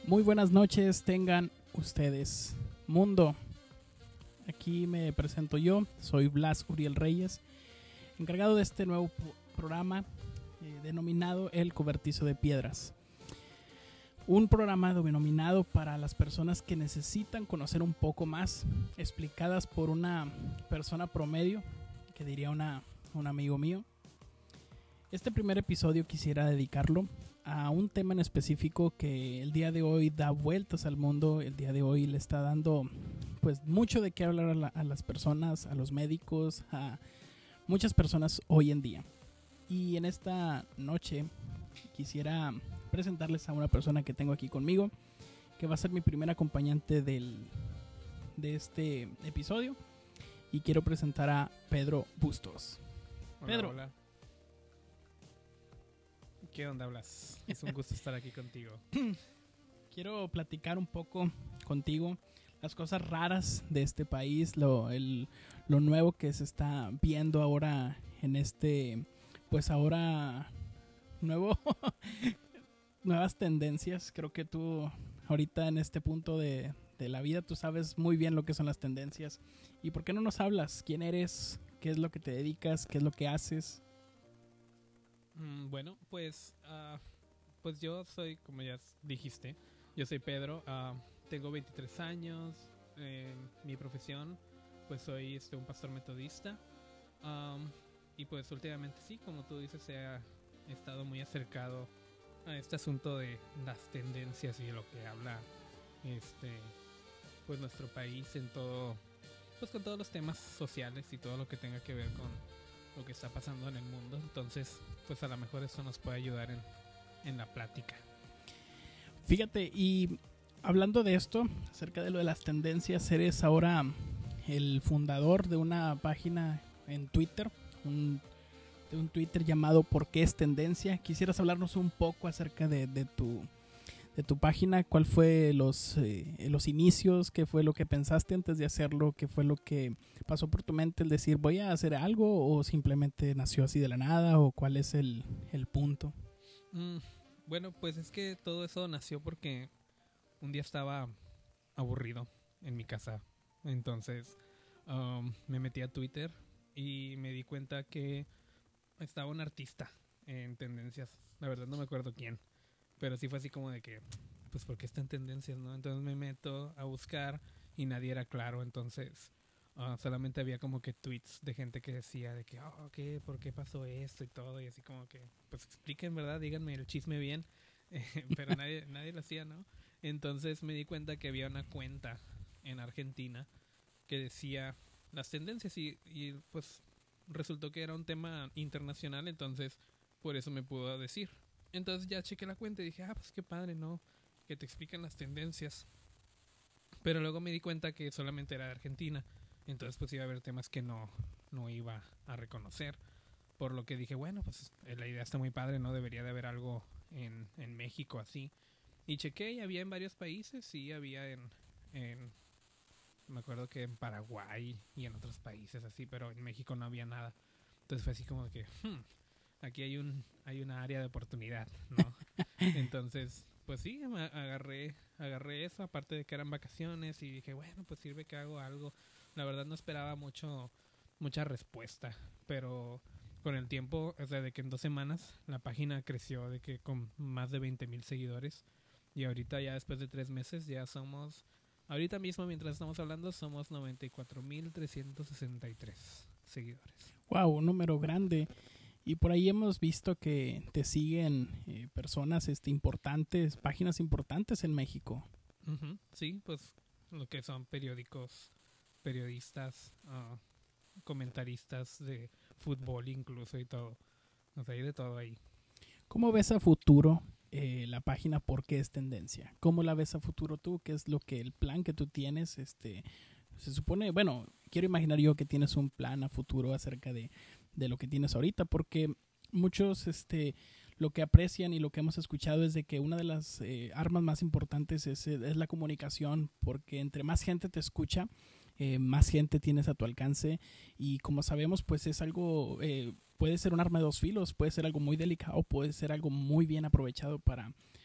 Muy buenas noches tengan ustedes, mundo. Aquí me presento yo, soy Blas Uriel Reyes, encargado de este nuevo programa denominado El Cobertizo de Piedras. Un programa denominado para las personas que necesitan conocer un poco más, explicadas por una persona promedio, que diría un amigo mío. Este primer episodio quisiera dedicarlo a un tema en específico que el día de hoy da vueltas al mundo. El día de hoy le está dando pues mucho de qué hablar a las personas, a los médicos, a muchas personas hoy en día. Y en esta noche quisiera presentarles a una persona que tengo aquí conmigo, que va a ser mi primer acompañante de este episodio. Y quiero presentar a Pedro Bustos. Hola, Pedro. Hola. ¿Qué onda, Blas? Es un gusto estar aquí contigo. Quiero platicar un poco contigo las cosas raras de este país, lo nuevo que se está viendo ahora en este, pues ahora nuevas tendencias. Creo que tú ahorita en este punto de la vida tú sabes muy bien lo que son las tendencias. ¿Y por qué no nos hablas? ¿Quién eres? ¿Qué es lo que te dedicas? ¿Qué es lo que haces? Bueno, pues yo soy, como ya dijiste, yo soy Pedro, tengo 23 años, mi profesión, pues soy un pastor metodista, y pues últimamente sí, como tú dices, he estado muy acercado a este asunto de las tendencias y de lo que habla pues nuestro país en todo, pues con todos los temas sociales y todo lo que tenga que ver con lo que está pasando en el mundo. Entonces, pues a lo mejor eso nos puede ayudar en la plática. Fíjate, y hablando de esto, acerca de lo de las tendencias, eres ahora el fundador de una página en Twitter, de un Twitter llamado ¿Por qué es tendencia? ¿Quisieras hablarnos un poco acerca de tu página? ¿Cuál fue los inicios? ¿Qué fue lo que pensaste antes de hacerlo? ¿Qué fue lo que pasó por tu mente el decir voy a hacer algo? ¿O simplemente nació así de la nada? ¿O cuál es el punto? Bueno, pues es que todo eso nació porque un día estaba aburrido en mi casa. Entonces me metí a Twitter y me di cuenta que estaba un artista en tendencias. La verdad no me acuerdo quién, pero sí fue así como de que, pues, ¿por qué está en tendencias, no? Entonces me meto a buscar y nadie era claro. Entonces solamente había como que tweets de gente que decía de que, ¿qué? ¿Por qué pasó esto y todo? Y así como que, pues expliquen, ¿verdad? Díganme el chisme bien. Pero nadie lo hacía, ¿no? Entonces me di cuenta que había una cuenta en Argentina que decía las tendencias y pues resultó que era un tema internacional. Entonces por eso me pudo decir. Entonces ya chequé la cuenta y dije, pues qué padre, ¿no? Que te expliquen las tendencias. Pero luego me di cuenta que solamente era de Argentina. Entonces pues iba a haber temas que no iba a reconocer. Por lo que dije, bueno, pues la idea está muy padre, ¿no? Debería de haber algo en México así. Y chequé y había en varios países. Sí, había en me acuerdo que en Paraguay y en otros países así. Pero en México no había nada. Entonces fue así como que, aquí hay una área de oportunidad, ¿no? Entonces, pues sí, agarré eso, aparte de que eran vacaciones, y dije, bueno, pues sirve que hago algo. La verdad no esperaba mucha respuesta, pero con el tiempo, o sea, de que en 2 semanas la página creció de que con más de 20,000 seguidores, y ahorita ya después de 3 meses ya somos, ahorita mismo mientras estamos hablando, somos 94,363 seguidores. Wow, un número grande. Y por ahí hemos visto que te siguen personas importantes, páginas importantes en México. Uh-huh. Sí, pues lo que son periodistas, comentaristas de fútbol incluso y todo. O sea, hay de todo ahí. ¿Cómo ves a futuro la página ¿Por qué es tendencia? ¿Cómo la ves a futuro tú? ¿Qué es el plan que tú tienes? Se supone, bueno, quiero imaginar yo que tienes un plan a futuro acerca de lo que tienes ahorita, porque muchos lo que aprecian y lo que hemos escuchado es de que una de las armas más importantes es la comunicación, porque entre más gente te escucha, más gente tienes a tu alcance, y como sabemos, pues es algo, puede ser un arma de 2 filos, puede ser algo muy delicado, puede ser algo muy bien aprovechado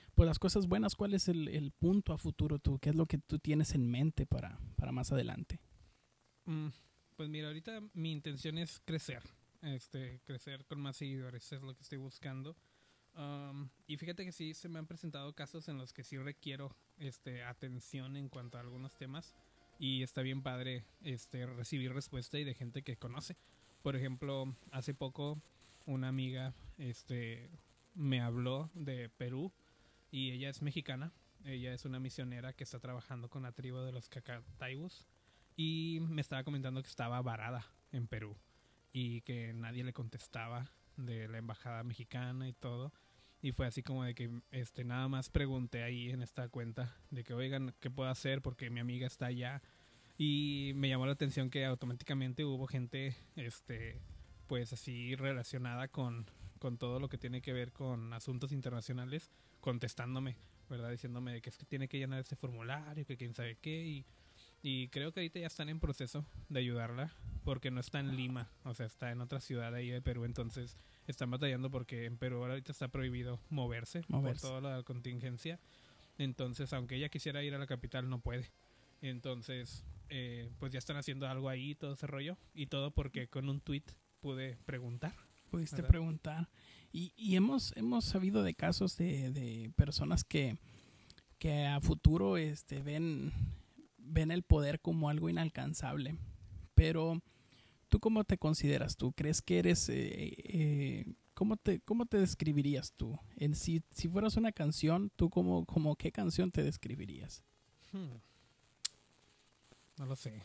pues las cosas buenas, ¿cuál es el punto a futuro tú? ¿Qué es lo que tú tienes en mente para más adelante? Pues mira, ahorita mi intención es crecer, crecer con más seguidores, es lo que estoy buscando. Y fíjate que sí se me han presentado casos en los que sí requiero atención en cuanto a algunos temas, y está bien padre recibir respuesta y de gente que conoce. Por ejemplo, hace poco una amiga me habló de Perú, y ella es mexicana. Ella es una misionera que está trabajando con la tribu de los Cacataibus, y me estaba comentando que estaba varada en Perú y que nadie le contestaba de la embajada mexicana y todo. Y fue así como de que nada más pregunté ahí en esta cuenta de que, oigan, ¿qué puedo hacer? Porque mi amiga está allá. Y me llamó la atención que automáticamente hubo gente pues así relacionada con todo lo que tiene que ver con asuntos internacionales, contestándome, ¿verdad? Diciéndome de que es que tiene que llenar ese formulario, que quién sabe qué. Y creo que ahorita ya están en proceso de ayudarla, porque no está en Lima, o sea, está en otra ciudad ahí de Perú. Entonces están batallando porque en Perú ahorita está prohibido moverse por toda la contingencia. Entonces, aunque ella quisiera ir a la capital, no puede. Entonces, pues ya están haciendo algo ahí, todo ese rollo. Y todo porque con un tweet pude preguntar. Pudiste ¿verdad? preguntar. Y hemos sabido de casos de personas que a futuro ven el poder como algo inalcanzable. Pero, ¿tú cómo te consideras tú? ¿Crees que eres... ¿cómo te describirías tú? Si fueras una canción, ¿tú como qué canción te describirías? No lo sé.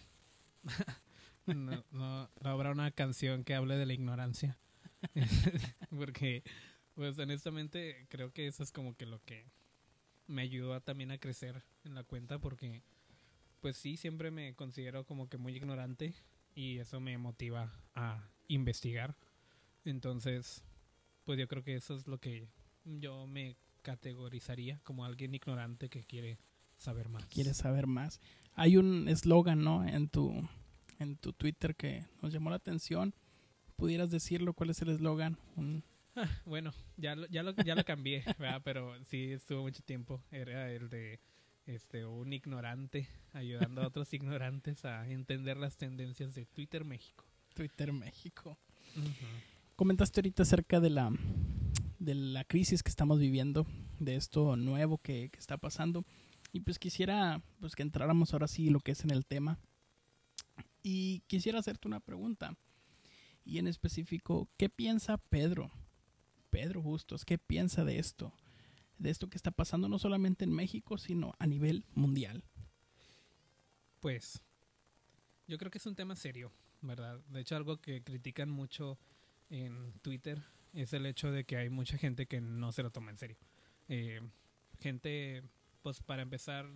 no habrá una canción que hable de la ignorancia. Porque, pues honestamente, creo que eso es como que lo que me ayudó también a crecer en la cuenta, porque pues sí, siempre me considero como que muy ignorante, y eso me motiva a investigar. Entonces, pues yo creo que eso es lo que yo me categorizaría como alguien ignorante que quiere saber más. ¿Quieres saber más? Hay un eslogan, ¿no? En tu Twitter que nos llamó la atención. ¿Pudieras decirlo? ¿Cuál es el eslogan? Bueno, ya lo cambié, ¿verdad? Pero sí estuvo mucho tiempo. Era el de un ignorante ayudando a otros ignorantes a entender las tendencias de Twitter México. Twitter México. Uh-huh. Comentaste ahorita acerca de la crisis que estamos viviendo, de esto nuevo que está pasando. Y pues quisiera que entráramos ahora sí lo que es en el tema. Y quisiera hacerte una pregunta. Y en específico, ¿qué piensa Pedro Bustos? ¿Qué piensa de esto? De esto que está pasando no solamente en México, sino a nivel mundial. Pues yo creo que es un tema serio, ¿verdad? De hecho, algo que critican mucho en Twitter es el hecho de que hay mucha gente que no se lo toma en serio. Gente, pues para empezar,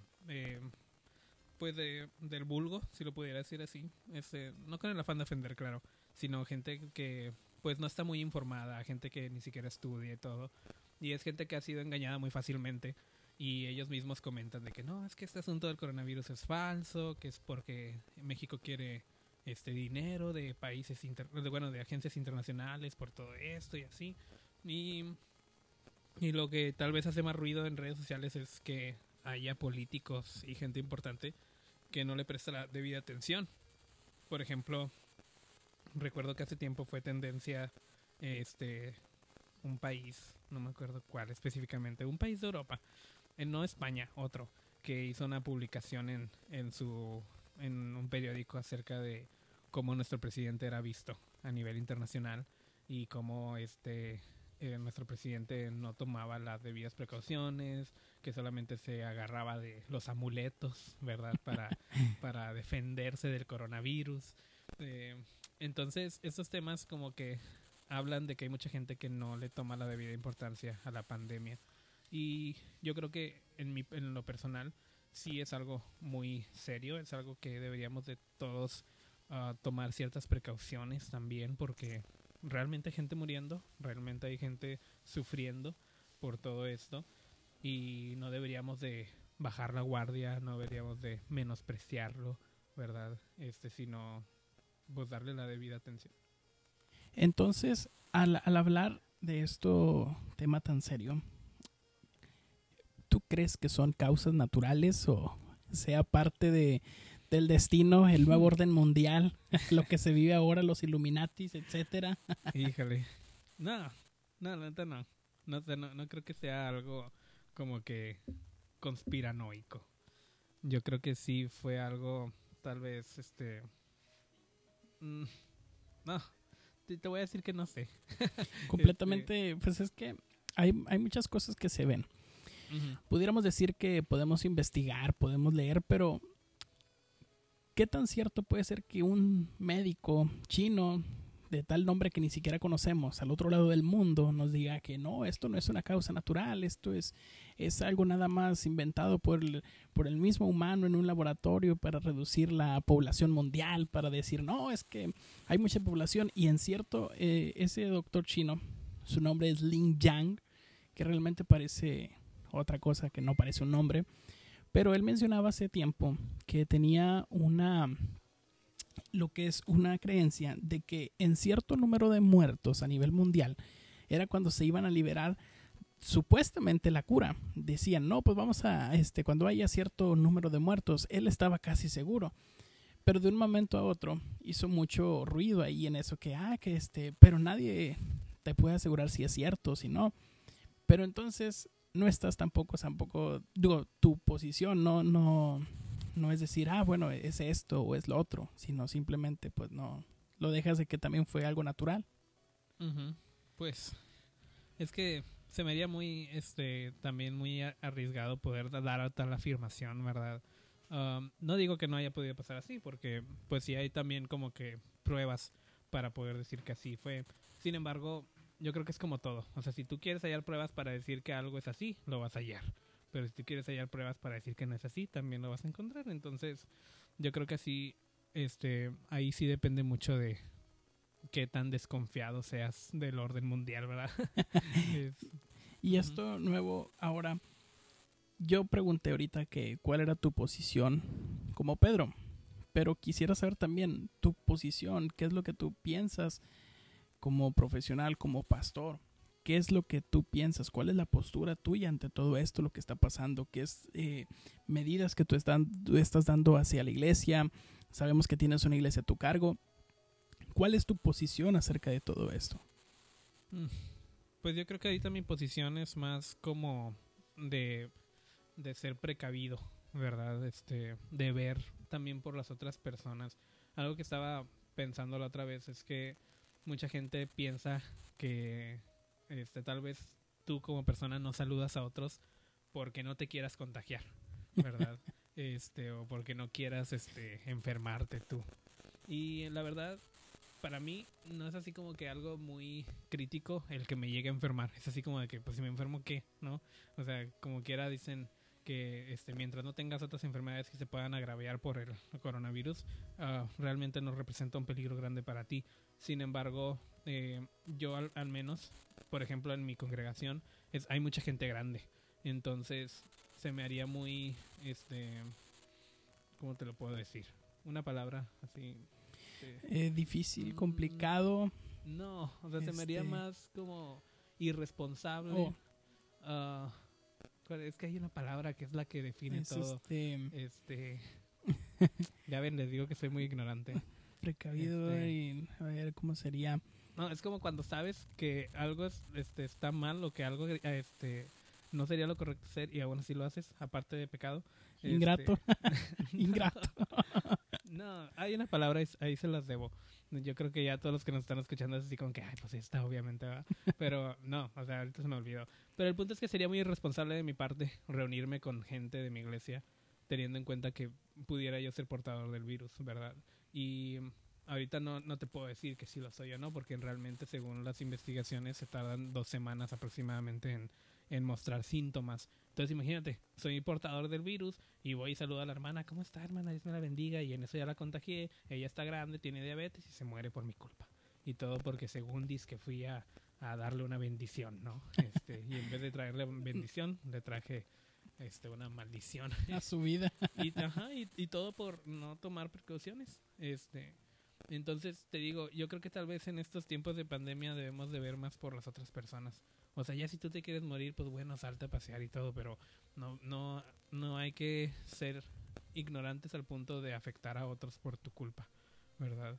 pues del vulgo, si lo pudiera decir así. No con el afán de ofender, claro, sino gente que pues no está muy informada, gente que ni siquiera estudia y todo. Y es gente que ha sido engañada muy fácilmente. Y ellos mismos comentan de que no, es que este asunto del coronavirus es falso, que es porque México quiere dinero de países, de agencias internacionales por todo esto y así. Y lo que tal vez hace más ruido en redes sociales es que haya políticos y gente importante que no le presta la debida atención. Por ejemplo, recuerdo que hace tiempo fue tendencia un país, no me acuerdo cuál específicamente, un país de Europa, no España, otro, que hizo una publicación en un periódico acerca de cómo nuestro presidente era visto a nivel internacional, y cómo nuestro presidente no tomaba las debidas precauciones, que solamente se agarraba de los amuletos, ¿verdad? Para defenderse del coronavirus. Entonces, estos temas como que hablan de que hay mucha gente que no le toma la debida importancia a la pandemia. Y yo creo que en lo personal sí es algo muy serio, es algo que deberíamos de todos tomar ciertas precauciones también, porque realmente hay gente muriendo, realmente hay gente sufriendo por todo esto, y no deberíamos de bajar la guardia, no deberíamos de menospreciarlo, ¿verdad? Sino pues darle la debida atención. Entonces, al hablar de esto tema tan serio, ¿tú crees que son causas naturales o sea parte del destino, el nuevo orden mundial, lo que se vive ahora, los Illuminatis, etcétera? Híjole. No, la neta no. No sé, no creo que sea algo como que conspiranoico. Yo creo que sí fue algo, tal vez, no, te voy a decir que no sé. Completamente, pues es que hay muchas cosas que se ven. Uh-huh. Pudiéramos decir que podemos investigar, podemos leer, pero ¿qué tan cierto puede ser que un médico chino de tal nombre que ni siquiera conocemos al otro lado del mundo nos diga que no, esto no es una causa natural, esto es algo nada más inventado por el mismo humano en un laboratorio para reducir la población mundial, para decir, no, es que hay mucha población? Y en cierto, ese doctor chino, su nombre es Lin Yang, que realmente parece otra cosa que no parece un nombre, pero él mencionaba hace tiempo que tenía lo que es una creencia de que en cierto número de muertos a nivel mundial era cuando se iban a liberar supuestamente la cura. Decían, no, pues vamos a, cuando haya cierto número de muertos, él estaba casi seguro. Pero de un momento a otro hizo mucho ruido ahí en eso, pero nadie te puede asegurar si es cierto o si no. Pero entonces no estás tampoco, digo, tu posición no es decir, bueno, es esto o es lo otro, sino simplemente, pues no, lo dejas de que también fue algo natural. Uh-huh. Pues, es que se me haría muy, también muy arriesgado poder dar tal afirmación, ¿verdad? No digo que no haya podido pasar así, porque pues sí hay también como que pruebas para poder decir que así fue. Sin embargo, yo creo que es como todo. O sea, si tú quieres hallar pruebas para decir que algo es así, lo vas a hallar. Pero si tú quieres hallar pruebas para decir que no es así, también lo vas a encontrar. Entonces, yo creo que así, ahí sí depende mucho de qué tan desconfiado seas del orden mundial, ¿verdad? Y esto nuevo, ahora, yo pregunté ahorita que cuál era tu posición como Pedro, pero quisiera saber también tu posición, qué es lo que tú piensas como profesional, como pastor. ¿Qué es lo que tú piensas? ¿Cuál es la postura tuya ante todo esto, lo que está pasando? ¿Qué es medidas que tú estás dando hacia la iglesia? Sabemos que tienes una iglesia a tu cargo. ¿Cuál es tu posición acerca de todo esto? Pues yo creo que ahorita mi posición es más como de ser precavido, ¿verdad? De ver también por las otras personas. Algo que estaba pensando la otra vez es que mucha gente piensa que tal vez tú como persona no saludas a otros porque no te quieras contagiar, ¿verdad? O porque no quieras enfermarte tú. Y la verdad, para mí no es así como que algo muy crítico el que me llegue a enfermar. Es así como de que, pues si me enfermo, ¿qué? ¿No? O sea, como quiera dicen que mientras no tengas otras enfermedades que se puedan agraviar por el coronavirus, realmente no representa un peligro grande para ti. Sin embargo, yo al menos, por ejemplo, en mi congregación hay mucha gente grande. Entonces se me haría muy, ¿cómo te lo puedo decir? Una palabra así. Difícil, complicado. No, o sea, se me haría más como irresponsable. Es que hay una palabra que es la que define todo. Ya ven, les digo que soy muy ignorante. Precavido y a ver cómo sería. No, es como cuando sabes que algo está mal o que algo no sería lo correcto hacer y aún así lo haces, aparte de pecado. Ingrato. Ingrato. No, hay una palabra, ahí se las debo. Yo creo que ya todos los que nos están escuchando es así como que, pues esta obviamente va. Pero no, o sea, ahorita se me olvidó. Pero el punto es que sería muy irresponsable de mi parte reunirme con gente de mi iglesia, teniendo en cuenta que pudiera yo ser portador del virus, ¿verdad? Y ahorita no te puedo decir que sí lo soy o no, porque realmente según las investigaciones se tardan 2 semanas aproximadamente en mostrar síntomas. Entonces imagínate, soy portador del virus y voy y saludo a la hermana, ¿cómo está, hermana? Dios me la bendiga, y en eso ya la contagié, ella está grande, tiene diabetes y se muere por mi culpa. Y todo porque según dice que fui a darle una bendición, ¿no? Y en vez de traerle bendición, le traje una maldición a su vida. y todo por no tomar precauciones. Entonces, te digo, yo creo que tal vez en estos tiempos de pandemia debemos de ver más por las otras personas. O sea, ya si tú te quieres morir, pues bueno, salte a pasear y todo, pero no hay que ser ignorantes al punto de afectar a otros por tu culpa, ¿verdad?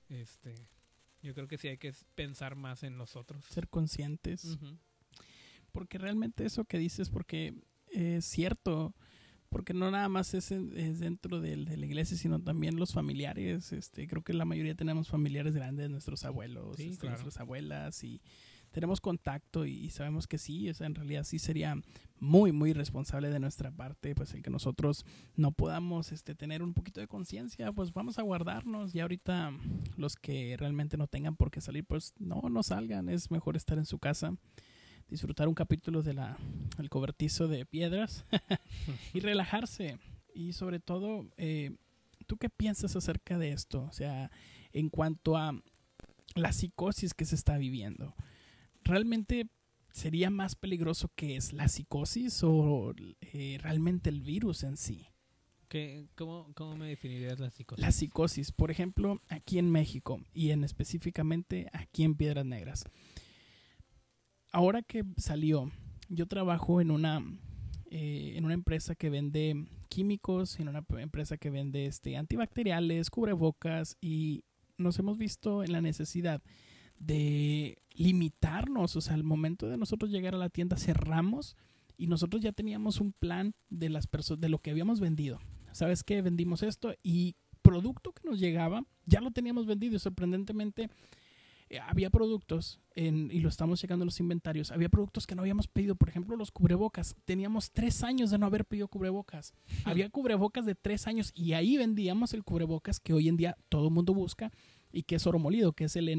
Yo creo que sí hay que pensar más en nosotros. Ser conscientes. Uh-huh. Porque realmente eso que dices, porque es cierto, porque no nada más es dentro de la iglesia, sino también los familiares. Creo que la mayoría tenemos familiares grandes, nuestros abuelos, Sí, claro. nuestras abuelas, y tenemos contacto y sabemos que sí, o sea, en realidad sí sería muy, muy responsable de nuestra parte, pues el que nosotros no podamos tener un poquito de conciencia, pues vamos a guardarnos. Y ahorita los que realmente no tengan por qué salir, pues no salgan, es mejor estar en su casa, disfrutar un capítulo de el cobertizo de piedras y relajarse. Y sobre todo, ¿tú qué piensas acerca de esto? O sea, en cuanto a la psicosis que se está viviendo, ¿realmente sería más peligroso que es la psicosis o realmente el virus en sí? ¿Cómo me definirías la psicosis? La psicosis, por ejemplo, aquí en México y específicamente aquí en Piedras Negras. Ahora que salió, yo trabajo en una empresa que vende químicos, en una empresa que vende antibacteriales, cubrebocas, y nos hemos visto en la necesidad de limitarnos. O sea, al momento de nosotros llegar a la tienda cerramos y nosotros ya teníamos un plan de de lo que habíamos vendido. ¿Sabes qué? Vendimos esto y producto que nos llegaba ya lo teníamos vendido. Y sorprendentemente había productos, y lo estamos checando en los inventarios, había productos que no habíamos pedido. Por ejemplo, los cubrebocas. Teníamos 3 años de no haber pedido cubrebocas. Había cubrebocas de 3 años y ahí vendíamos el cubrebocas que hoy en día todo el mundo busca y que es oro molido, que es el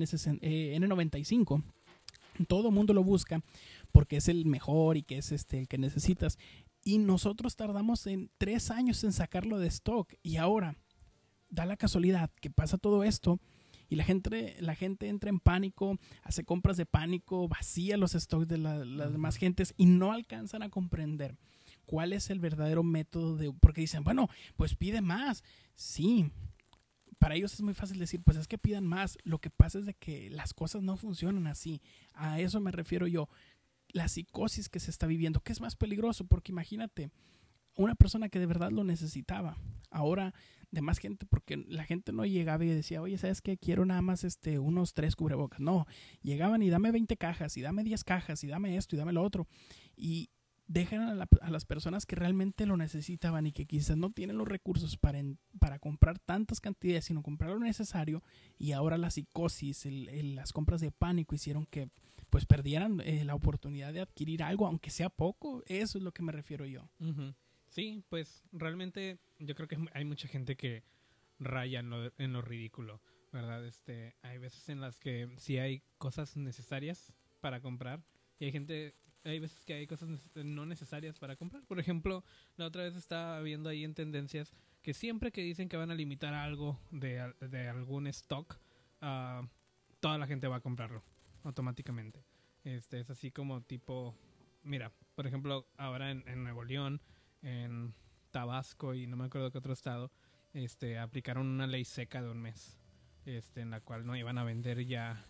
N95. Todo el mundo lo busca porque es el mejor y que es el que necesitas. Y nosotros tardamos 3 años en sacarlo de stock, y ahora da la casualidad que pasa todo esto y la gente entra en pánico, hace compras de pánico, vacía los stocks de las demás gentes y no alcanzan a comprender cuál es el verdadero método porque dicen, bueno, pues pide más. Sí, para ellos es muy fácil decir, pues es que pidan más. Lo que pasa es de que las cosas no funcionan así. A eso me refiero yo. La psicosis que se está viviendo, que es más peligroso, porque imagínate, una persona que de verdad lo necesitaba, ahora de más gente, porque la gente no llegaba y decía, oye, ¿sabes qué? Quiero nada más unos 3 cubrebocas. No, llegaban y dame 20 cajas, y dame 10 cajas, y dame esto, y dame lo otro. Y dejan a las personas que realmente lo necesitaban y que quizás no tienen los recursos para comprar tantas cantidades, sino comprar lo necesario. Y ahora la psicosis, las compras de pánico hicieron que pues perdieran la oportunidad de adquirir algo, aunque sea poco. Eso es lo que me refiero yo. Uh-huh. Sí, pues realmente yo creo que hay mucha gente que raya en lo ridículo, ¿verdad? Hay veces en las que sí hay cosas necesarias para comprar y hay veces que hay cosas no necesarias para comprar. Por ejemplo, la otra vez estaba viendo ahí en tendencias que siempre que dicen que van a limitar algo de algún stock, toda la gente va a comprarlo automáticamente. Es así como tipo, mira, por ejemplo, ahora en Nuevo León, en Tabasco y no me acuerdo qué otro estado, aplicaron una ley seca de 1 mes, en la cual no iban a vender ya,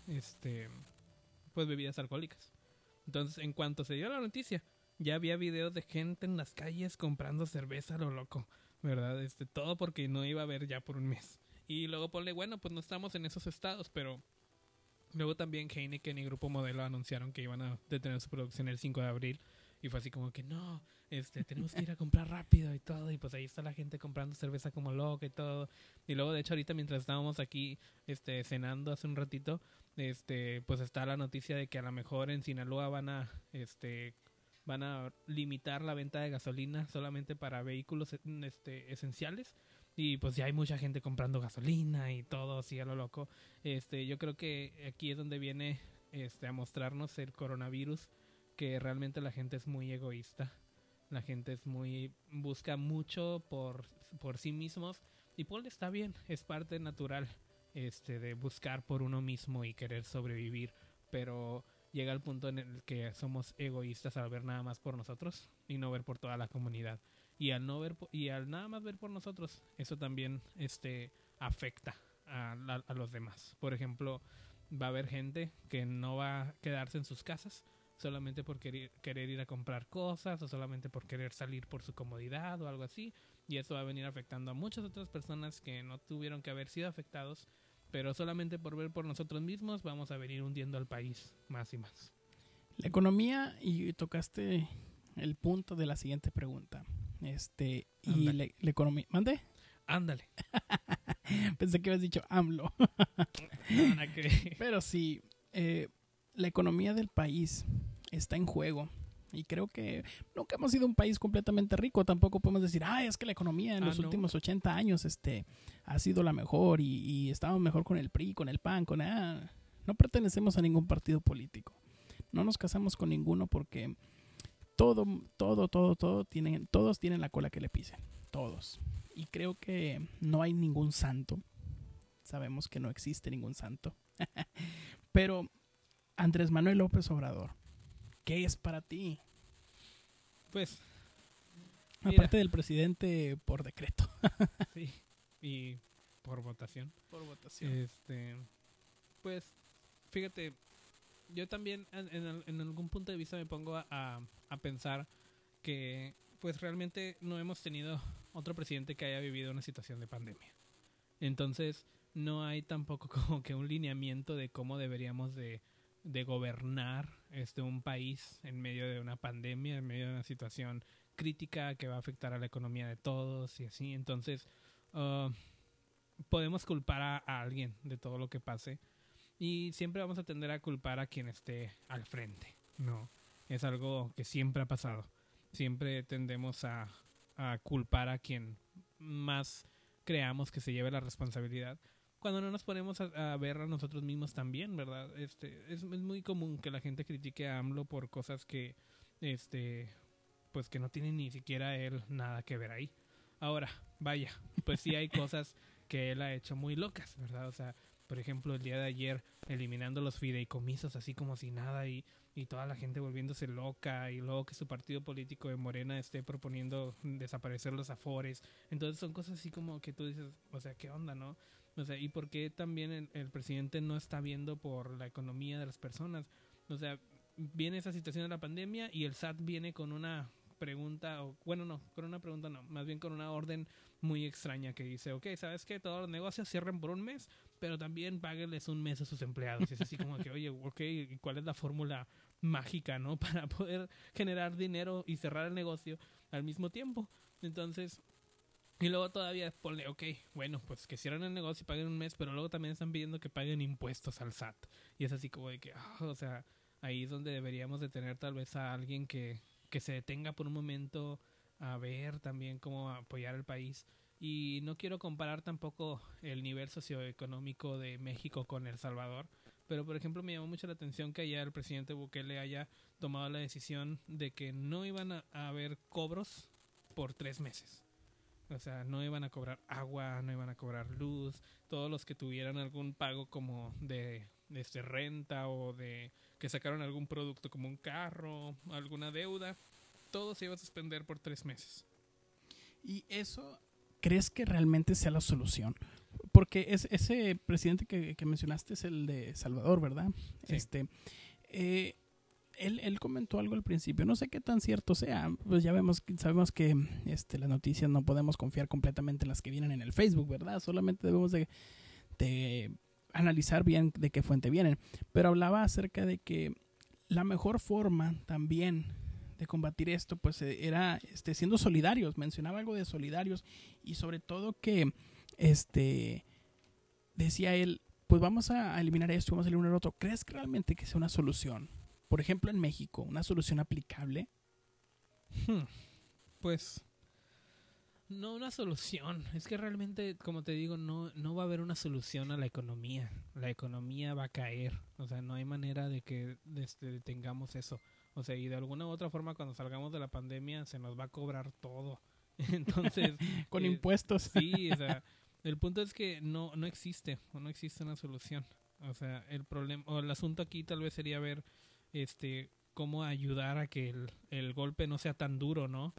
pues bebidas alcohólicas. Entonces, en cuanto se dio la noticia, ya había videos de gente en las calles comprando cerveza a lo loco, ¿verdad? Todo porque no iba a haber ya por 1 mes. Y luego ponle, bueno, pues no estamos en esos estados, pero luego también Heineken y Grupo Modelo anunciaron que iban a detener su producción el 5 de abril. Y fue así como que no, tenemos que ir a comprar rápido y todo. Y pues ahí está la gente comprando cerveza como loca y todo. Y luego, de hecho, ahorita mientras estábamos aquí cenando hace un ratito, pues está la noticia de que a lo mejor en Sinaloa van a limitar la venta de gasolina solamente para vehículos esenciales. Y pues ya hay mucha gente comprando gasolina y todo así a lo loco. Yo creo que aquí es donde viene a mostrarnos el coronavirus, que realmente la gente es muy egoísta. La gente busca mucho por sí mismos. Y Paul está bien, es parte natural de buscar por uno mismo y querer sobrevivir. Pero llega el punto en el que somos egoístas al ver nada más por nosotros y no ver por toda la comunidad. Y al nada más ver por nosotros, eso también afecta a los demás. Por ejemplo, va a haber gente que no va a quedarse en sus casas solamente por querer ir a comprar cosas o solamente por querer salir por su comodidad o algo así, y eso va a venir afectando a muchas otras personas que no tuvieron que haber sido afectados, pero solamente por ver por nosotros mismos vamos a venir hundiendo al país más y más. La economía, y tocaste el punto de la siguiente pregunta. Y la economía, ¿mande? Ándale. Pensé que habías dicho AMLO. No, nada que ver. Pero sí, la economía del país está en juego. Y creo que nunca hemos sido un país completamente rico. Tampoco podemos decir, es que la economía en los últimos 80 años ha sido la mejor y estábamos mejor con el PRI, con el PAN, no pertenecemos a ningún partido político. No nos casamos con ninguno porque todos tienen la cola que le pisen. Todos. Y creo que no hay ningún santo. Sabemos que no existe ningún santo. Pero Andrés Manuel López Obrador, ¿qué es para ti? Pues, aparte del presidente por decreto. Sí, y por votación. Por votación. Pues, fíjate, yo también en algún punto de vista me pongo a pensar que pues realmente no hemos tenido otro presidente que haya vivido una situación de pandemia. Entonces, no hay tampoco como que un lineamiento de cómo deberíamos de gobernar un país en medio de una pandemia, en medio de una situación crítica que va a afectar a la economía de todos y así. Entonces, podemos culpar a alguien de todo lo que pase y siempre vamos a tender a culpar a quien esté al frente, ¿no? Es algo que siempre ha pasado. Siempre tendemos a culpar a quien más creamos que se lleve la responsabilidad, cuando no nos ponemos a ver a nosotros mismos también, ¿verdad? Es muy común que la gente critique a AMLO por cosas que, pues que no tienen ni siquiera él nada que ver ahí. Ahora, vaya, pues sí hay cosas que él ha hecho muy locas, ¿verdad? O sea, por ejemplo, el día de ayer eliminando los fideicomisos así como si nada y toda la gente volviéndose loca, y luego que su partido político de Morena esté proponiendo desaparecer los afores. Entonces son cosas así como que tú dices, o sea, ¿qué onda, no? O sea, ¿y por qué también el presidente no está viendo por la economía de las personas? O sea, viene esa situación de la pandemia y el SAT viene con una pregunta, más bien con una orden muy extraña que dice, ok, ¿sabes qué? Todos los negocios cierren por un mes, pero también páguenles un mes a sus empleados. Y es así como que, oye, ok, ¿y cuál es la fórmula mágica, no? Para poder generar dinero y cerrar el negocio al mismo tiempo. Entonces, y luego todavía ponle, ok, bueno, pues que cierren el negocio y paguen un mes, pero luego también están pidiendo que paguen impuestos al SAT. Y es así como de que, o sea, ahí es donde deberíamos de tener tal vez a alguien que se detenga por un momento a ver también cómo apoyar al país. Y no quiero comparar tampoco el nivel socioeconómico de México con El Salvador, pero por ejemplo me llamó mucho la atención que allá el presidente Bukele haya tomado la decisión de que no iban a haber cobros por 3 meses. O sea, no iban a cobrar agua, no iban a cobrar luz. Todos los que tuvieran algún pago como de renta o de que sacaron algún producto como un carro, alguna deuda, todo se iba a suspender por 3 meses. ¿Y eso crees que realmente sea la solución? Porque ese presidente que mencionaste es el de Salvador, ¿verdad? Sí. Él comentó algo al principio, no sé qué tan cierto sea, pues sabemos que las noticias no podemos confiar completamente en las que vienen en el Facebook, ¿verdad? Solamente debemos de analizar bien de qué fuente vienen. Pero hablaba acerca de que la mejor forma también de combatir esto, pues era siendo solidarios. Mencionaba algo de solidarios y sobre todo que decía él, pues vamos a eliminar esto, vamos a eliminar lo otro. ¿Crees que realmente que sea una solución? Por ejemplo, en México, ¿una solución aplicable? Pues no una solución. Es que realmente, como te digo, no va a haber una solución a la economía. La economía va a caer. O sea, no hay manera de que detengamos eso. O sea, y de alguna u otra forma, cuando salgamos de la pandemia, se nos va a cobrar todo. Entonces... Con impuestos. Sí, o sea, el punto es que no existe una solución. O sea, el problema, o el asunto aquí tal vez sería ver cómo ayudar a que el golpe no sea tan duro, ¿no?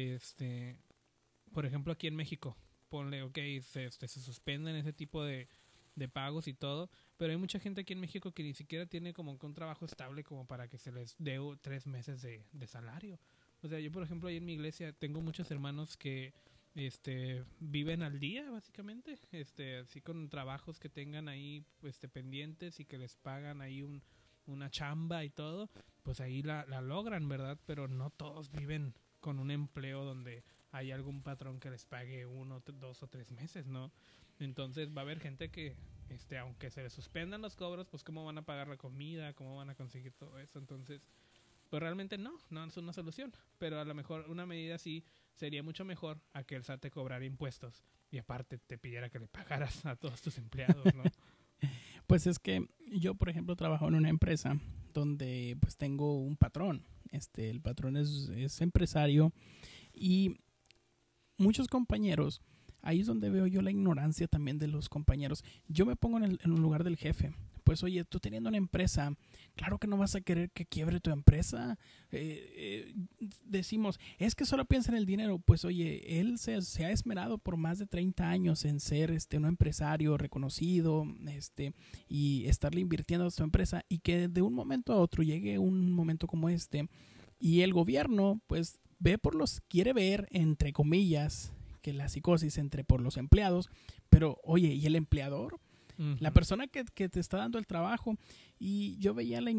Por ejemplo, aquí en México, ponle, ok, se suspenden ese tipo de de pagos y todo, pero hay mucha gente aquí en México que ni siquiera tiene como que un trabajo estable como para que se les dé 3 meses de salario. O sea, yo por ejemplo ahí en mi iglesia tengo muchos hermanos que viven al día básicamente, así con trabajos que tengan ahí pendientes y que les pagan ahí una chamba y todo, pues ahí la logran, ¿verdad? Pero no todos viven con un empleo donde hay algún patrón que les pague 1, 2 o 3 meses, ¿no? Entonces va a haber gente que, aunque se les suspendan los cobros, pues cómo van a pagar la comida, cómo van a conseguir todo eso. Entonces, pues realmente no es una solución. Pero a lo mejor una medida así sería mucho mejor a que el SAT te cobrara impuestos y aparte te pidiera que le pagaras a todos tus empleados, ¿no? Pues es que yo, por ejemplo, trabajo en una empresa donde pues tengo un patrón. El patrón es empresario y muchos compañeros, ahí es donde veo yo la ignorancia también de los compañeros. Yo me pongo en el lugar del jefe. Pues oye, tú teniendo una empresa, claro que no vas a querer que quiebre tu empresa. Decimos, es que solo piensa en el dinero. Pues oye, él se ha esmerado por más de 30 años en ser un empresario reconocido y estarle invirtiendo a su empresa y que de un momento a otro llegue un momento como y el gobierno pues quiere ver, entre comillas, que la psicosis entre por los empleados, pero oye, ¿y el empleador? La persona que te está dando el trabajo. Y yo veía la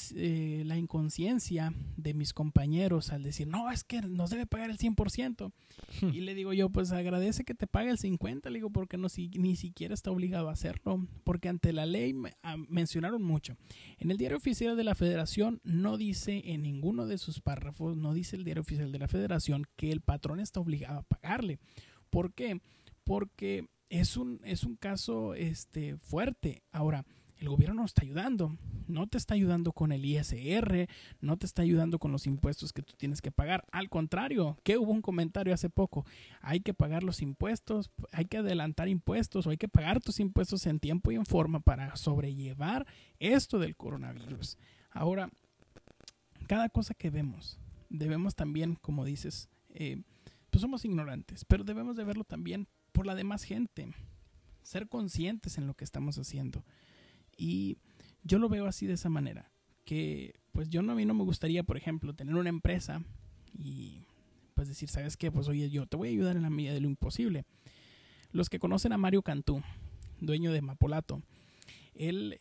inconsciencia de mis compañeros al decir, no, es que nos debe pagar el 100%. Y le digo yo, pues agradece que te pague el 50%, le digo, porque ni siquiera está obligado a hacerlo. Porque ante la ley mencionaron mucho. En el Diario Oficial de la Federación no dice en ninguno de sus párrafos, no dice el Diario Oficial de la Federación que el patrón está obligado a pagarle. ¿Por qué? Porque es un caso fuerte. Ahora, el gobierno no está ayudando. No te está ayudando con el ISR, no te está ayudando con los impuestos que tú tienes que pagar. Al contrario, que hubo un comentario hace poco. Hay que pagar los impuestos, hay que adelantar impuestos o hay que pagar tus impuestos en tiempo y en forma para sobrellevar esto del coronavirus. Ahora, cada cosa que debemos también, como dices, pues somos ignorantes, pero debemos de verlo también por la demás gente, ser conscientes en lo que estamos haciendo. Y yo lo veo así, de esa manera, que pues a mí no me gustaría, por ejemplo, tener una empresa y pues decir, ¿sabes qué? Pues oye, yo te voy a ayudar en la medida de lo imposible. Los que conocen a Mario Cantú, dueño de Mapolato, él,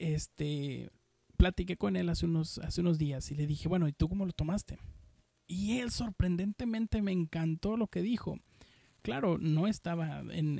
platiqué con él hace unos días y le dije, bueno, ¿y tú cómo lo tomaste? Y él sorprendentemente me encantó lo que dijo. Claro, no estaba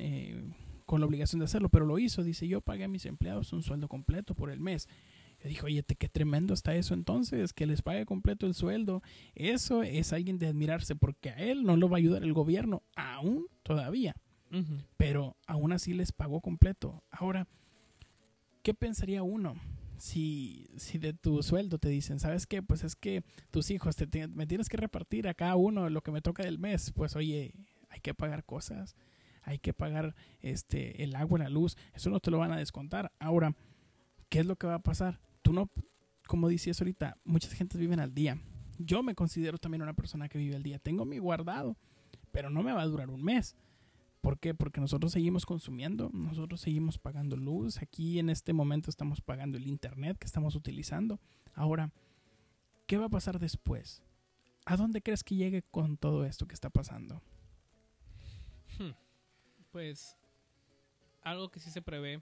con la obligación de hacerlo, pero lo hizo. Dice, yo pagué a mis empleados un sueldo completo por el mes. Yo dije, oye, qué tremendo está eso entonces, que les pague completo el sueldo. Eso es alguien de admirarse, porque a él no lo va a ayudar el gobierno, aún todavía. Uh-huh. Pero aún así les pagó completo. Ahora, ¿qué pensaría uno? Si de tu sueldo te dicen, ¿sabes qué? Pues es que tus hijos me tienes que repartir a cada uno lo que me toca del mes. Pues oye, hay que pagar cosas, hay que pagar el agua, la luz, eso no te lo van a descontar. Ahora, ¿qué es lo que va a pasar? Tú no, como decías ahorita, muchas gentes viven al día. Yo me considero también una persona que vive al día. Tengo mi guardado, pero no me va a durar un mes. ¿Por qué? Porque nosotros seguimos consumiendo, nosotros seguimos pagando luz. Aquí en este momento estamos pagando el internet que estamos utilizando. Ahora, ¿qué va a pasar después? ¿A dónde crees que llegue con todo esto que está pasando? Pues algo que sí se prevé,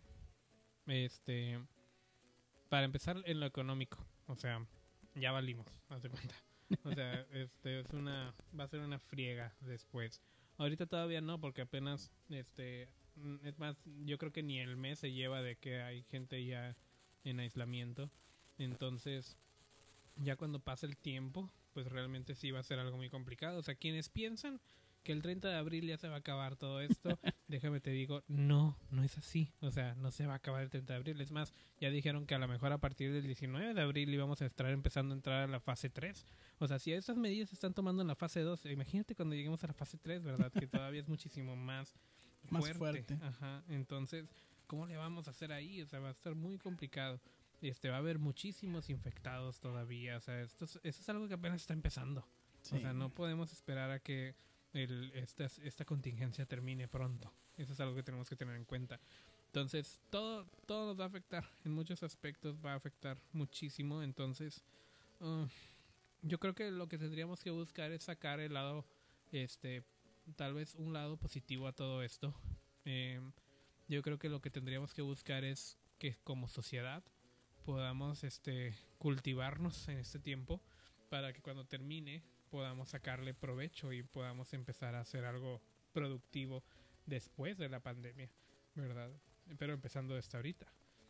para empezar en lo económico, o sea, ya valimos, haz de cuenta. O sea, va a ser una friega después. Ahorita todavía no, porque apenas, es más, yo creo que ni el mes se lleva de que hay gente ya en aislamiento. Entonces, ya cuando pase el tiempo, pues realmente sí va a ser algo muy complicado. O sea, quienes piensan que el 30 de abril ya se va a acabar todo esto, déjame te digo, no es así. O sea, no se va a acabar el 30 de abril. Es más, ya dijeron que a lo mejor a partir del 19 de abril íbamos a estar empezando a entrar a la fase 3. O sea, si estas medidas se están tomando en la fase 2, imagínate cuando lleguemos a la fase 3, ¿verdad? Que todavía es muchísimo más fuerte. Ajá. Entonces, ¿cómo le vamos a hacer ahí? O sea, va a estar muy complicado. Va a haber muchísimos infectados todavía. O sea, eso es algo que apenas está empezando. Sí. O sea, no podemos esperar a que esta contingencia termine pronto. Eso es algo que tenemos que tener en cuenta. Entonces, todo nos va a afectar. En muchos aspectos va a afectar muchísimo. Entonces, yo creo que lo que tendríamos que buscar es sacar el lado, tal vez un lado positivo a todo esto. Yo creo que lo que tendríamos que buscar es que como sociedad podamos cultivarnos en este tiempo para que cuando termine podamos sacarle provecho y podamos empezar a hacer algo productivo después de la pandemia, ¿verdad? Pero empezando desde ahorita.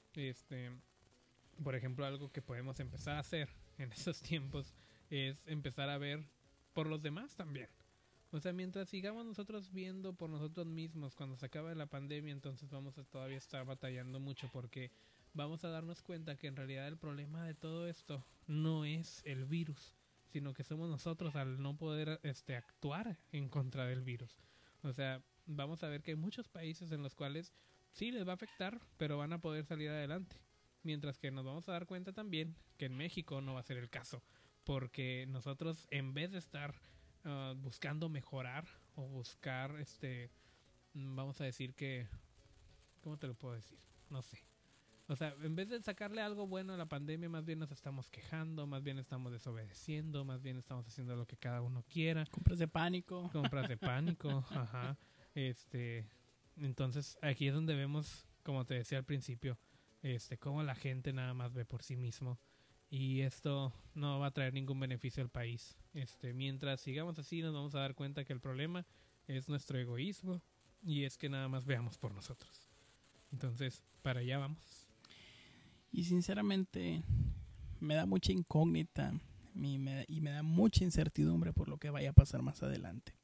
Por ejemplo, algo que podemos empezar a hacer en estos tiempos es empezar a ver por los demás también. O sea, mientras sigamos nosotros viendo por nosotros mismos, cuando se acabe la pandemia, entonces vamos a todavía estar batallando mucho porque vamos a darnos cuenta que en realidad el problema de todo esto no es el virus, sino que somos nosotros al no poder actuar en contra del virus. O sea, vamos a ver que hay muchos países en los cuales sí les va a afectar, pero van a poder salir adelante. Mientras que nos vamos a dar cuenta también que en México no va a ser el caso, porque nosotros en vez de estar buscando mejorar o buscar vamos a decir que, ¿cómo te lo puedo decir? No sé. O sea, en vez de sacarle algo bueno a la pandemia, más bien nos estamos quejando, más bien estamos desobedeciendo, más bien estamos haciendo lo que cada uno quiera. Compras de pánico. Ajá. Entonces, aquí es donde vemos, como te decía al principio, cómo la gente nada más ve por sí mismo. Y esto no va a traer ningún beneficio al país. Mientras sigamos así, nos vamos a dar cuenta que el problema es nuestro egoísmo y es que nada más veamos por nosotros. Entonces, para allá vamos. Y sinceramente, me da mucha incógnita y me da mucha incertidumbre por lo que vaya a pasar más adelante.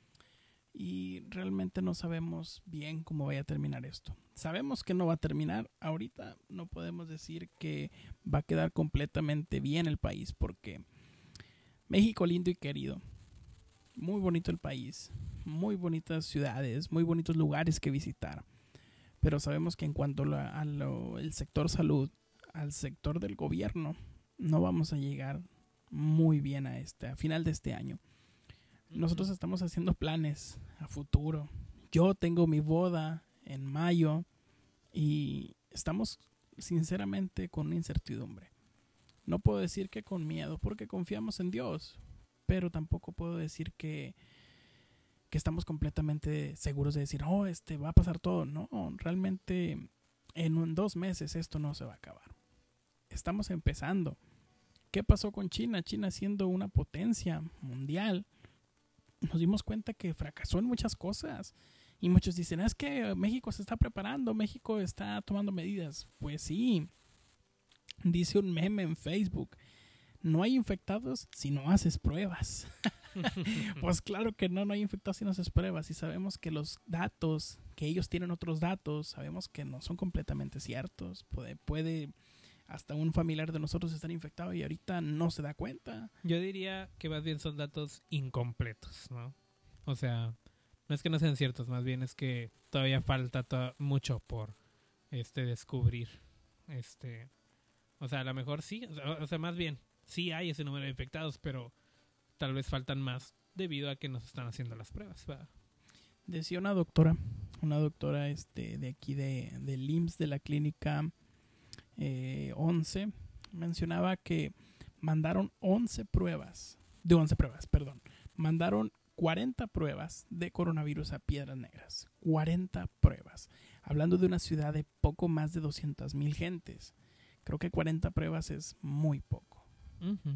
Y realmente no sabemos bien cómo vaya a terminar esto. Sabemos que no va a terminar. Ahorita no podemos decir que va a quedar completamente bien el país, porque México lindo y querido, muy bonito el país, muy bonitas ciudades, muy bonitos lugares que visitar. Pero sabemos que en cuanto al sector salud, al sector del gobierno, no vamos a llegar muy bien a final de este año. Nosotros estamos haciendo planes a futuro. Yo tengo mi boda en mayo y estamos sinceramente con una incertidumbre. No puedo decir que con miedo porque confiamos en Dios, pero tampoco puedo decir que estamos completamente seguros de decir, va a pasar todo. No, realmente en 2 meses esto no se va a acabar. Estamos empezando. ¿Qué pasó con China? China siendo una potencia mundial, nos dimos cuenta que fracasó en muchas cosas. Y muchos dicen, es que México se está preparando, México está tomando medidas. Pues sí, dice un meme en Facebook, no hay infectados si no haces pruebas. Pues claro que no hay infectados si no haces pruebas. Y sabemos que los datos, que ellos tienen otros datos, sabemos que no son completamente ciertos. Puede hasta un familiar de nosotros estar infectado y ahorita no se da cuenta. Yo diría que más bien son datos incompletos, ¿no? O sea, no es que no sean ciertos, más bien es que todavía falta mucho por descubrir. O sea, a lo mejor sí, o sea, más bien sí hay ese número de infectados, pero tal vez faltan más debido a que nos están haciendo las pruebas, ¿verdad? Decía una doctora de aquí del IMSS, de la clínica 11, mencionaba que mandaron 11 pruebas, mandaron 40 pruebas de coronavirus a Piedras Negras, 40 pruebas, hablando de una ciudad de poco más de 200,000 gentes. Creo que 40 pruebas es muy poco. Uh-huh.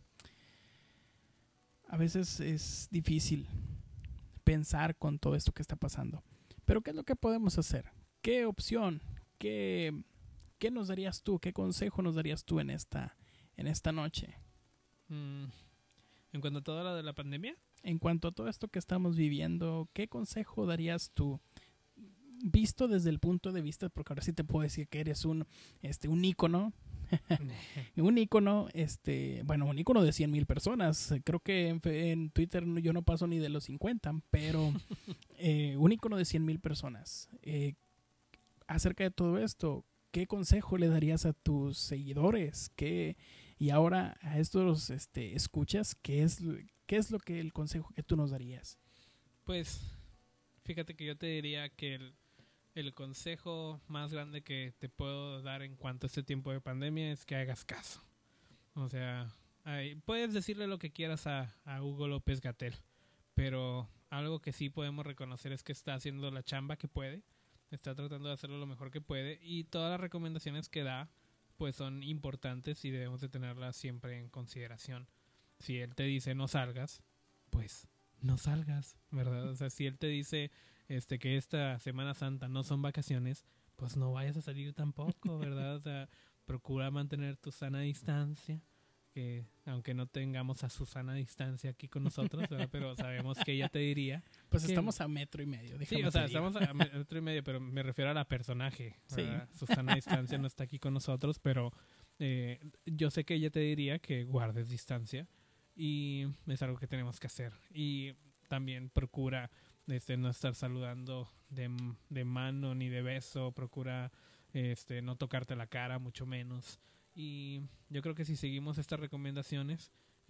A veces es difícil pensar con todo esto que está pasando, pero ¿qué es lo que podemos hacer? ¿Qué opción? ¿Qué nos darías tú? ¿Qué consejo nos darías tú en esta noche? ¿En cuanto a todo lo de la pandemia? En cuanto a todo esto que estamos viviendo, ¿qué consejo darías tú? Visto desde el punto de vista, porque ahora sí te puedo decir que eres un ícono. Un ícono, un ícono de 100,000 personas. Creo que en Twitter yo no paso ni de los 50, pero un ícono de 100,000 personas. Acerca de todo esto, ¿qué consejo le darías a tus seguidores? Y ahora a estos escuchas, ¿qué es el consejo que tú nos darías? Pues, fíjate que yo te diría que el consejo más grande que te puedo dar en cuanto a este tiempo de pandemia es que hagas caso. O sea, puedes decirle lo que quieras a Hugo López-Gatell, pero algo que sí podemos reconocer es que está haciendo la chamba que puede, está tratando de hacerlo lo mejor que puede, y todas las recomendaciones que da pues son importantes y debemos de tenerlas siempre en consideración. Si él te dice no salgas, pues no salgas, ¿verdad? O sea, si él te dice que esta Semana Santa no son vacaciones, pues no vayas a salir tampoco, ¿verdad? O sea, procura mantener tu sana distancia, que aunque no tengamos a Susana a distancia aquí con nosotros, ¿verdad? Pero sabemos que ella te diría. Pues estamos a 1.5 metros. Sí, o sea, estamos a 1.5 metros, pero me refiero a la personaje, ¿verdad? Sí. Susana a distancia no está aquí con nosotros, pero yo sé que ella te diría que guardes distancia y es algo que tenemos que hacer. Y también procura no estar saludando de mano ni de beso, procura no tocarte la cara, mucho menos. Y yo creo que si seguimos estas recomendaciones,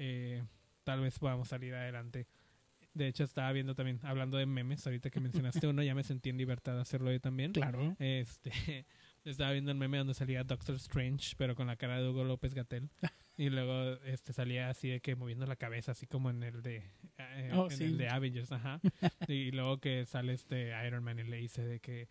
tal vez podamos salir adelante. De hecho, estaba viendo también, hablando de memes, ahorita que mencionaste uno, ya me sentí en libertad de hacerlo yo también. Claro. Estaba viendo el meme donde salía Doctor Strange, pero con la cara de Hugo López-Gatell. Y luego salía así de que moviendo la cabeza, así como en el de el de Avengers, ajá. Y luego que sale Iron Man y le dice de que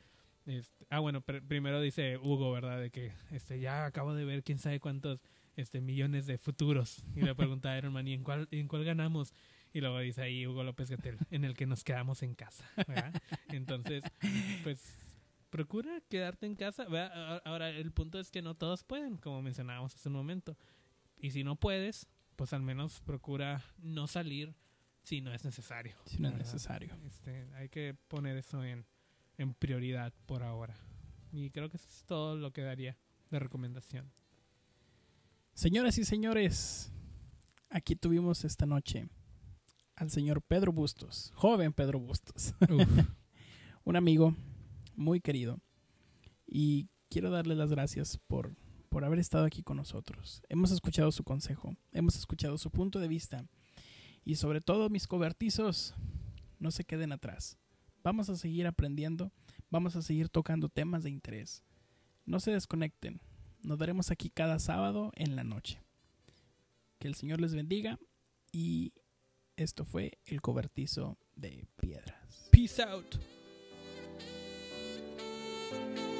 primero dice Hugo, ¿verdad? De que ya acabo de ver quién sabe cuántos millones de futuros. Y le pregunta a Iron Man, ¿y en cuál ganamos? Y luego dice ahí Hugo López-Gatell, en el que nos quedamos en casa, ¿verdad? Entonces, pues procura quedarte en casa, ¿verdad? Ahora, el punto es que no todos pueden, como mencionábamos hace un momento. Y si no puedes, pues al menos procura no salir si no es necesario. Si no es necesario. Hay que poner eso en prioridad por ahora. Y creo que eso es todo lo que daría de recomendación. Señoras y señores, aquí tuvimos esta noche al señor Pedro Bustos, joven Pedro Bustos. Un amigo muy querido. Y quiero darle las gracias por haber estado aquí con nosotros. Hemos escuchado su consejo, hemos escuchado su punto de vista. Y sobre todo, mis cobertizos, no se queden atrás. Vamos a seguir aprendiendo, vamos a seguir tocando temas de interés. No se desconecten, nos veremos aquí cada sábado en la noche. Que el Señor les bendiga y esto fue el cobertizo de piedras. Peace out.